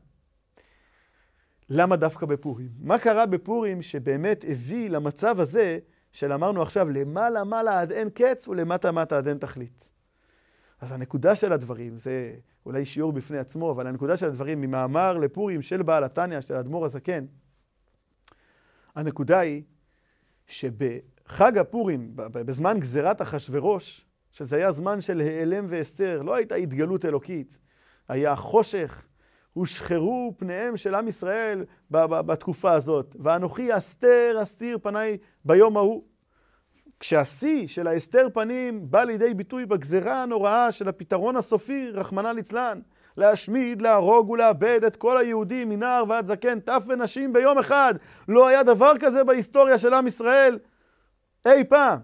למה דווקא בפורים? מה קרה בפורים שבאמת הביא למצב הזה, של אמרנו עכשיו, למעלה מעלה עד אין קץ ולמטה מטה עד אין תכלית. אז הנקודה של הדברים, זה אולי שיעור בפני עצמו, אבל הנקודה של הדברים ממאמר לפורים של בעל התניא, של האדמו"ר הזקן, הנקודה היא שבחג הפורים, בזמן גזירת אחשוורוש, שזה היה זמן של העלם ואסתר, לא הייתה התגלות אלוקית, היה חושך, הושחרו פניהם של עם ישראל בתקופה הזאת, ואנוכי אסתר אסתיר פניי ביום ההוא. כשהשיא של האסתר פנים בא לידי ביטוי בגזרה הנוראה של הפתרון הסופי, רחמנא ליצלן, להשמיד, להרוג ולאבד את כל היהודים מנער ועד זקן, טף ונשים ביום אחד. לא היה דבר כזה בהיסטוריה של עם ישראל אי פעם.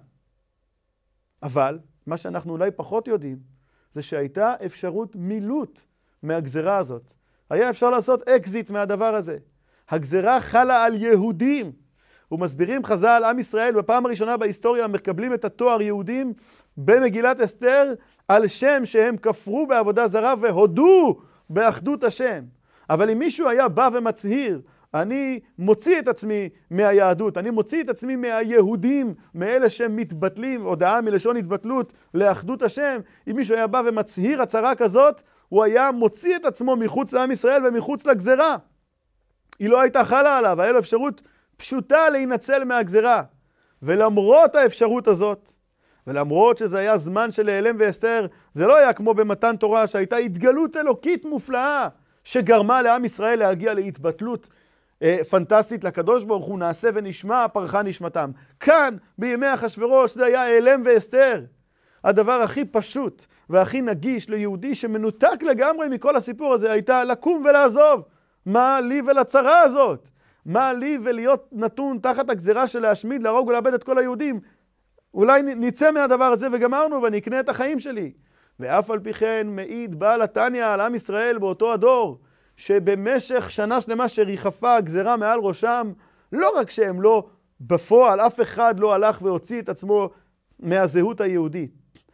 אבל מה שאנחנו אולי פחות יודעים, זה שהייתה אפשרות מילוט מהגזרה הזאת. היה אפשר לעשות אקזיט מהדבר הזה. הגזרה חלה על יהודים. ומסבירים חז"ל, עם ישראל בפעם הראשונה בהיסטוריה מקבלים את התואר יהודים במגילת אסתר, על שם שהם כפרו בעבודה זרה והודו באחדות השם. אבל אם מישהו היה בא ומצהיר, אני מוציא את עצמי מהיהדות, אני מוציא את עצמי מהיהודים, מאלה שהם מתבטלים, הודעה מלשון התבטלות לאחדות השם, אם מישהו היה בא ומצהיר הצהרה כזאת, הוא היה מוציא את עצמו מחוץ לעם ישראל ומחוץ לגזרה. היא לא הייתה חלה עליו, היה לו אפשרות פשוטה להינצל מהגזרה. ולמרות האפשרות הזאת, ולמרות שזה היה זמן של העלם ואסתר, זה לא היה כמו במתן תורה שהייתה התגלות אלוקית מופלאה, שגרמה לעם ישראל להגיע להתבטלות אה, פנטסטית לקדוש ברוך הוא, נעשה ונשמע, פרחה נשמתם. כאן, בימי אחשוורוש, זה היה העלם ואסתר. הדבר הכי פשוט והכי נגיש ליהודי שמנותק לגמרי מכל הסיפור הזה, הייתה לקום ולעזוב. מה לי ולצרה הזאת? מה לי ולהיות נתון תחת הגזרה של להשמיד, להרוג ולאבד את כל היהודים? אולי נצא מהדבר הזה וגמרנו ואני אקנה את החיים שלי. ואף על פי כן מעיד בעל התניא על עם ישראל באותו הדור, שבמשך שנה שלמה שריחפה הגזרה מעל ראשם, לא רק שהם לא בפועל, אף אחד לא הלך והוציא את עצמו מהזהות היהודית.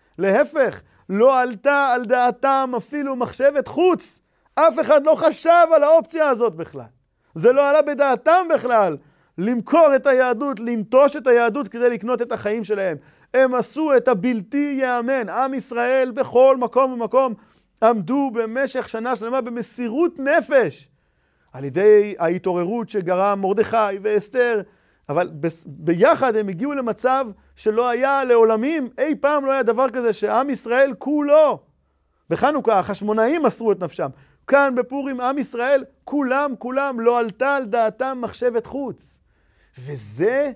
להפך, לא עלתה על דעתם אפילו מחשבת חוץ. אף אחד לא חשב על האופציה הזאת בכלל. זה לא עלה בדעתם בכלל. למכור את היהדות, לנטוש את היהדות כדי לקנות את החיים שלהם. הם עשו את הבלתי יאמן. עם ישראל בכל מקום ומקום עמדו במשך שנה שלמה במסירות נפש. על ידי ההתעוררות שגרם מרדכי ואסתר. אבל ב- ביחד הם הגיעו למצב שלא היה לעולמים. אי פעם לא היה דבר כזה שעם ישראל כולו. בחנוכה החשמונאים מסרו את נפשם. כאן בפורים עם ישראל כולם כולם לא עלתה על דעתם מחשבת חוץ. וזה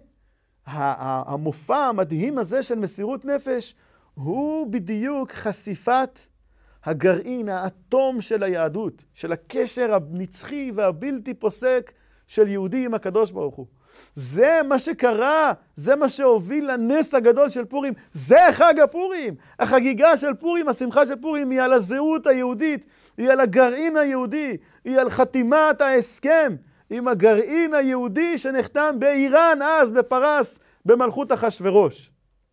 המופע המדהים הזה של מסירות נפש, הוא בדיוק חשיפת הגרעין, האטום של היהדות, של הקשר הנצחי והבלתי פוסק של יהודי עם הקדוש ברוך הוא. זה מה שקרה, זה מה שהוביל לנס הגדול של פורים, זה חג הפורים. החגיגה של פורים, השמחה של פורים היא על הזהות היהודית, היא על הגרעין היהודי, היא על חתימת ההסכם עם הגרעין היהודי שנחתם באיראן אז, בפרס, במלכות אחשוורוש.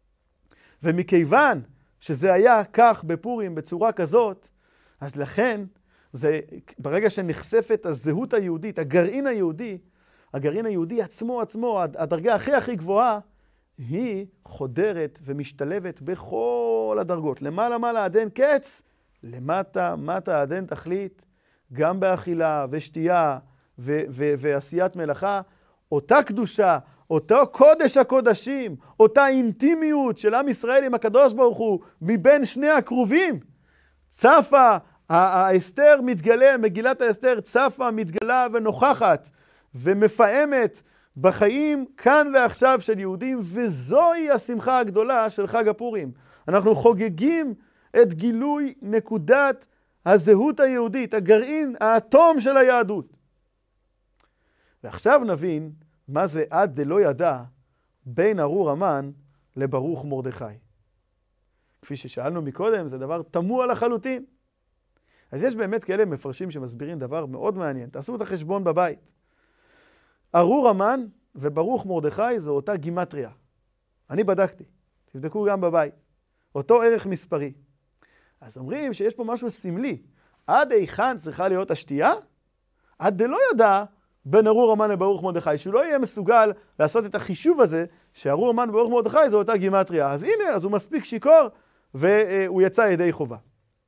ומכיוון שזה היה כך בפורים בצורה כזאת, אז לכן, זה, ברגע שנחשפת הזהות היהודית, הגרעין היהודי, הגרעין היהודי עצמו עצמו, הדרגה הכי הכי גבוהה, היא חודרת ומשתלבת בכל הדרגות. למעלה מעלה עד אין קץ, למטה מטה עד אין תכלית, גם באכילה ושתייה ו- ו- ועשיית מלאכה, אותה קדושה, אותו קודש הקודשים, אותה אינטימיות של עם ישראל עם הקדוש ברוך הוא, מבין שני הקרובים, צפה האסתר מתגלה, מגילת האסתר צפה, מתגלה ונוכחת ומפעמת בחיים כאן ועכשיו של יהודים, וזוהי השמחה הגדולה של חג הפורים. אנחנו חוגגים את גילוי נקודת הזהות היהודית, הגרעין, האטום של היהדות. ועכשיו נבין מה זה עד דלא ידע בין ארור המן לברוך מרדכי. כפי ששאלנו מקודם, זה דבר תמוה לחלוטין. אז יש באמת כאלה מפרשים שמסבירים דבר מאוד מעניין. תעשו את החשבון בבית. ארור המן וברוך מרדכי זו אותה גימטריה. אני בדקתי, תבדקו גם בבית. אותו ערך מספרי. אז אומרים שיש פה משהו סמלי. עד היכן צריכה להיות השתייה? עד דלא ידע בין ארור המן לברוך מרדכי, שהוא לא יהיה מסוגל לעשות את החישוב הזה, שארור המן וברוך מרדכי זו אותה גימטריה. אז הנה, אז הוא מספיק שיקור, והוא יצא ידי חובה.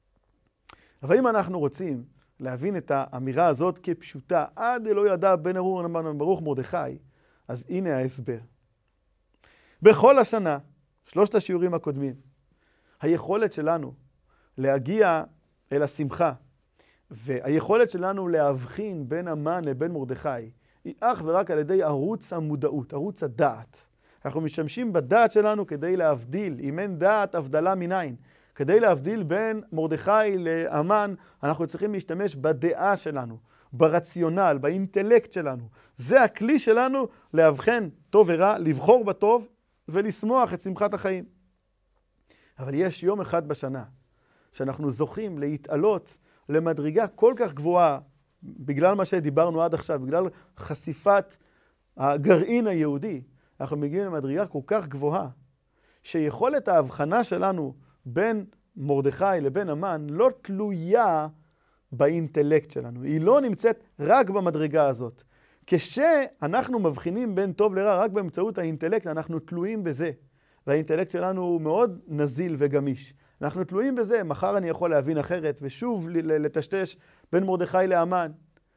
אבל אם אנחנו רוצים להבין את האמירה הזאת כפשוטה, עד דלא ידע בין ארור המן וברוך מרדכי, אז הנה ההסבר. בכל השנה, שלושת השיעורים הקודמים, היכולת שלנו להגיע אל השמחה, והיכולת שלנו להבחין בין המן לבין מרדכי, היא אך ורק על ידי ערוץ המודעות, ערוץ הדעת. אנחנו משתמשים בדעת שלנו כדי להבדיל, אם אין דעת, הבדלה מניין. כדי להבדיל בין מרדכי להמן, אנחנו צריכים להשתמש בדעה שלנו, ברציונל, באינטלקט שלנו. זה הכלי שלנו להבחן טוב ורע, לבחור בטוב ולשמוח את שמחת החיים. אבל יש יום אחד בשנה שאנחנו זוכים להתעלות למדרגה כל כך גבוהה, בגלל מה שדיברנו עד עכשיו, בגלל חשיפת הגרעין היהודי, אנחנו מגיעים למדרגה כל כך גבוהה, שיכולת ההבחנה שלנו בין מרדכי לבין המן לא תלויה באינטלקט שלנו. היא לא נמצאת רק במדרגה הזאת. כשאנחנו מבחינים בין טוב לרע רק באמצעות האינטלקט, אנחנו תלויים בזה. והאינטלקט שלנו הוא מאוד נזיל וגמיש. אנחנו תלויים בזה, מחר אני יכול להבין אחרת, ושוב לטשטש בין מרדכי להמן.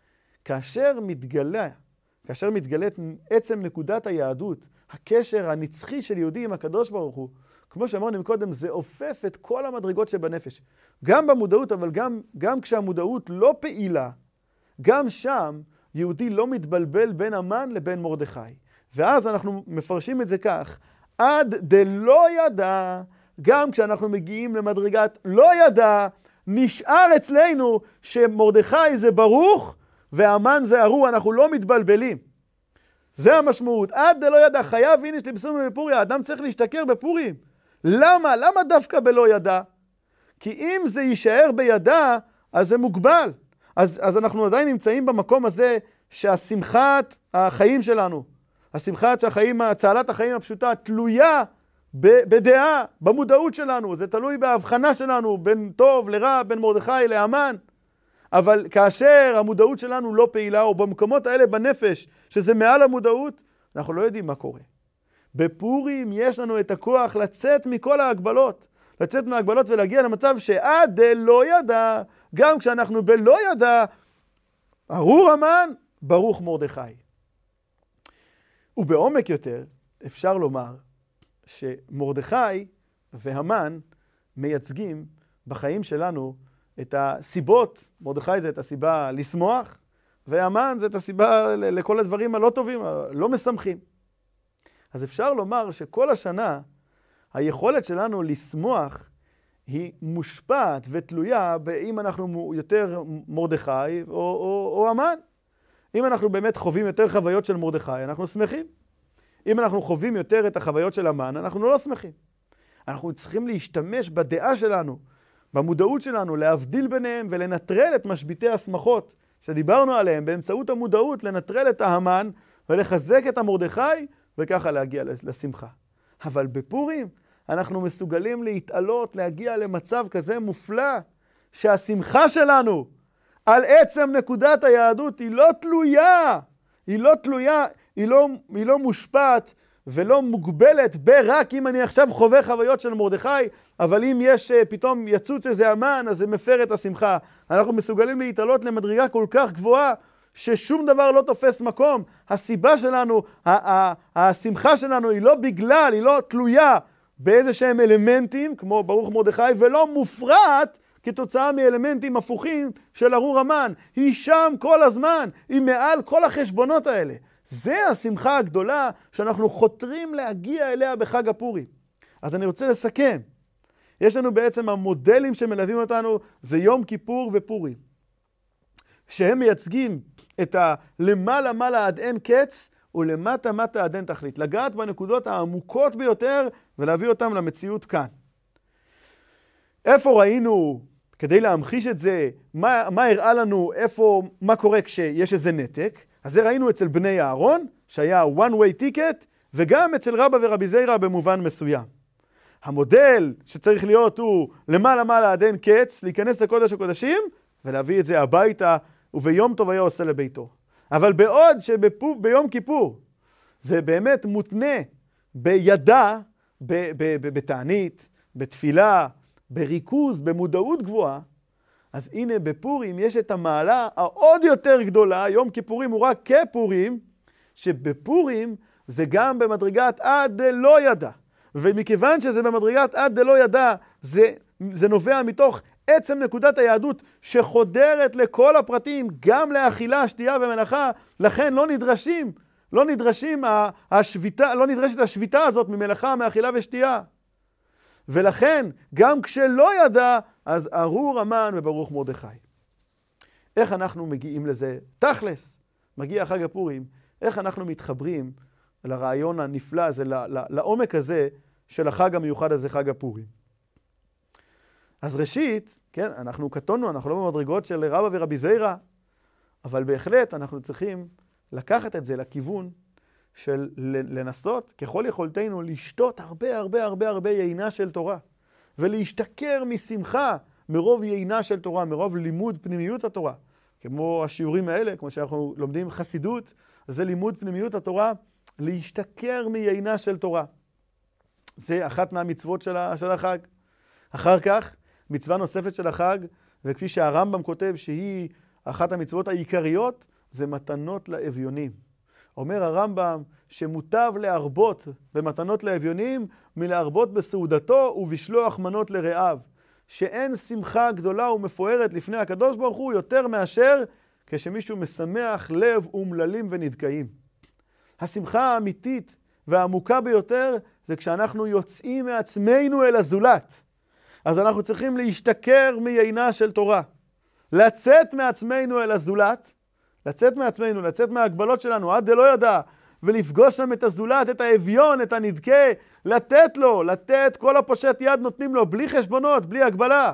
כאשר מתגלה, כאשר מתגלית עצם נקודת היהדות, הקשר הנצחי של יהודי עם הקדוש ברוך הוא, כמו שאמרנו מקודם, זה אופף את כל המדרגות שבנפש. גם במודעות, אבל גם, גם כשהמודעות לא פעילה, גם שם יהודי לא מתבלבל בין המן לבין מרדכי. ואז אנחנו מפרשים את זה כך, עד דלא ידע, גם כשאנחנו מגיעים למדרגת לא ידע, נשאר אצלנו שמרדכי זה ברוך והמן זה ארור, אנחנו לא מתבלבלים. זה המשמעות. עד דלא ידע, חייב הנה שתבשום בפורים, האדם צריך להשתכר בפורים. למה? למה דווקא בלא ידע? כי אם זה יישאר בידע, אז זה מוגבל. אז, אז אנחנו עדיין נמצאים במקום הזה שהשמחת החיים שלנו, השמחת שהחיים, צהלת החיים הפשוטה, תלויה בדעה, במודעות שלנו. זה תלוי בהבחנה שלנו בין טוב לרע, בין מרדכי להמן. אבל כאשר המודעות שלנו לא פעילה, או במקומות האלה בנפש, שזה מעל המודעות, אנחנו לא יודעים מה קורה. בפורים יש לנו את הכוח לצאת מכל ההגבלות, לצאת מההגבלות ולהגיע למצב שעד דלא ידע, גם כשאנחנו בלא ידע, ארור המן, ברוך מרדכי. ובעומק יותר אפשר לומר שמרדכי והמן מייצגים בחיים שלנו את הסיבות. מרדכי זה את הסיבה לשמוח, והמן זה את הסיבה לכל הדברים הלא טובים, הלא משמחים. אז אפשר לומר שכל השנה היכולת שלנו לשמוח היא מושפעת ותלויה באם אנחנו יותר מרדכי או, או, או המן. אם אנחנו באמת חווים יותר חוויות של מרדכי, אנחנו שמחים. אם אנחנו חווים יותר את החוויות של המן, אנחנו לא שמחים. אנחנו צריכים להשתמש בדעה שלנו, במודעות שלנו, להבדיל ביניהם ולנטרל את משביתי השמחות שדיברנו עליהם, באמצעות המודעות לנטרל את ההמן ולחזק את המרדכי וככה להגיע לשמחה. אבל בפורים אנחנו מסוגלים להתעלות, להגיע למצב כזה מופלא, שהשמחה שלנו על עצם נקודת היהדות היא לא תלויה, היא לא תלויה, היא לא, היא לא מושפעת ולא מוגבלת ברק אם אני עכשיו חווה חוויות של מרדכי, אבל אם יש פתאום יצוץ איזה המן, אז זה מפר את השמחה. אנחנו מסוגלים להתעלות למדרגה כל כך גבוהה, ששום דבר לא תופס מקום. הסיבה שלנו, השמחה שלנו היא לא בגלל, היא לא תלויה באיזה שהם אלמנטים, כמו ברוך מרדכי, ולא מופרעת, כתוצאה מאלמנטים הפוכים של ארור המן. היא שם כל הזמן, היא מעל כל החשבונות האלה. זה השמחה הגדולה שאנחנו חותרים להגיע אליה בחג הפורים. אז אני רוצה לסכם. יש לנו בעצם המודלים שמלווים אותנו, זה יום כיפור ופורים. שהם מייצגים את הלמעלה מעלה עד אין קץ, ולמטה מטה עד אין תכלית. לגעת בנקודות העמוקות ביותר, ולהביא אותם למציאות כאן. איפה ראינו, כדי להמחיש את זה, מה, מה הראה לנו, איפה, מה קורה כשיש איזה נתק? אז זה ראינו אצל בני אהרון, שהיה one way ticket, וגם אצל רבא ורבי זיירא במובן מסוים. המודל שצריך להיות הוא למעלה מעלה עד אין קץ, להיכנס לקודש הקודשים, ולהביא את זה הביתה, וביום טוב היה עושה לביתו. אבל בעוד שביום כיפור, זה באמת מותנה בידע, בתענית, בתפילה, בריכוז, במודעות גבוהה, אז הנה בפורים יש את המעלה העוד יותר גדולה, יום כיפורים הוא רק כפורים, שבפורים זה גם במדרגת עד דלא ידע. ומכיוון שזה במדרגת עד דלא ידע, זה, זה נובע מתוך עצם נקודת היהדות שחודרת לכל הפרטים, גם לאכילה, שתייה ומלאכה, לכן לא נדרשים, לא נדרשים השביתה, לא נדרשת השביתה הזאת ממלאכה, מאכילה ושתייה. ולכן, גם כשלא ידע, אז ארור המן וברוך מרדכי. איך אנחנו מגיעים לזה? תכלס, מגיע חג הפורים, איך אנחנו מתחברים לרעיון הנפלא הזה, לעומק הזה של החג המיוחד הזה, חג הפורים. אז ראשית, כן, אנחנו קטונו, אנחנו לא במדרגות של רבא ורבי זיירא, אבל בהחלט אנחנו צריכים לקחת את זה לכיוון של לנסות ככל יכולתנו לשתות הרבה הרבה הרבה הרבה יינה של תורה, ולהשתכר משמחה מרוב יינה של תורה, מרוב לימוד פנימיות התורה. כמו השיעורים האלה, כמו שאנחנו לומדים חסידות, זה לימוד פנימיות התורה, להשתכר מיינה של תורה. זה אחת מהמצוות של החג. אחר כך, מצווה נוספת של החג, וכפי שהרמב"ם כותב שהיא אחת המצוות העיקריות, זה מתנות לאביונים. אומר הרמב"ם שמוטב להרבות במתנות לאביונים, מלהרבות בסעודתו ובשלוח מנות לרעיו. שאין שמחה גדולה ומפוארת לפני הקדוש ברוך הוא יותר מאשר כשמישהו משמח לב אומללים ונדכאים. השמחה האמיתית והעמוקה ביותר זה כשאנחנו יוצאים מעצמנו אל הזולת. אז אנחנו צריכים להשתכר מיינה של תורה. לצאת מעצמנו אל הזולת, לצאת מעצמנו, לצאת מההגבלות שלנו, עד דלא ידע, ולפגוש שם את הזולת, את האביון, את הנדכה, לתת לו, לתת כל הפושט יד נותנים לו, בלי חשבונות, בלי הגבלה.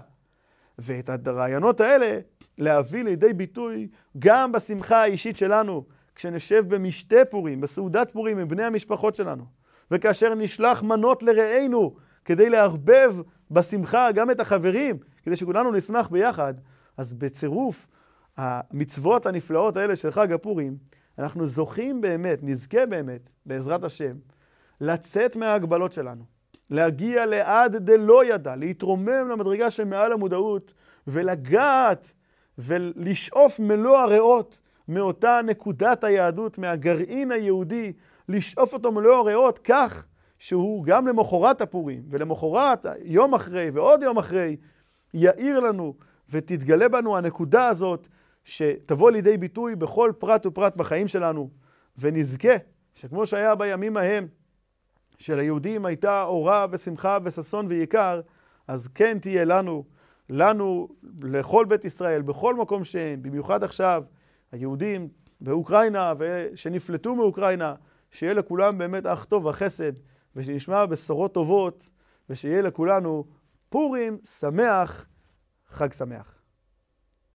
ואת הרעיונות האלה להביא לידי ביטוי גם בשמחה האישית שלנו, כשנשב במשתה פורים, בסעודת פורים עם בני המשפחות שלנו, וכאשר נשלח מנות לרעינו, כדי להרבב בשמחה גם את החברים, כדי שכולנו נשמח ביחד, אז בצירוף המצוות הנפלאות האלה של חג הפורים, אנחנו זוכים באמת, נזכה באמת, בעזרת השם, לצאת מההגבלות שלנו, להגיע לעד דלא ידע, להתרומם למדרגה שמעל המודעות, ולגעת ולשאוף מלוא הריאות מאותה נקודת היהדות, מהגרעין היהודי, לשאוף אותו מלוא הריאות כך שהוא גם למחרת הפורים, ולמחרת יום אחרי ועוד יום אחרי, יאיר לנו ותתגלה בנו הנקודה הזאת, שתבוא לידי ביטוי בכל פרט ופרט בחיים שלנו, ונזכה שכמו שהיה בימים ההם, של היהודים הייתה אורה ושמחה וששון ויקר, אז כן תהיה לנו, לנו, לכל בית ישראל, בכל מקום שהם, במיוחד עכשיו, היהודים באוקראינה ושנפלטו מאוקראינה, שיהיה לכולם באמת אך טוב וחסד, ושנשמע בשורות טובות, ושיהיה לכולנו פורים שמח, חג שמח.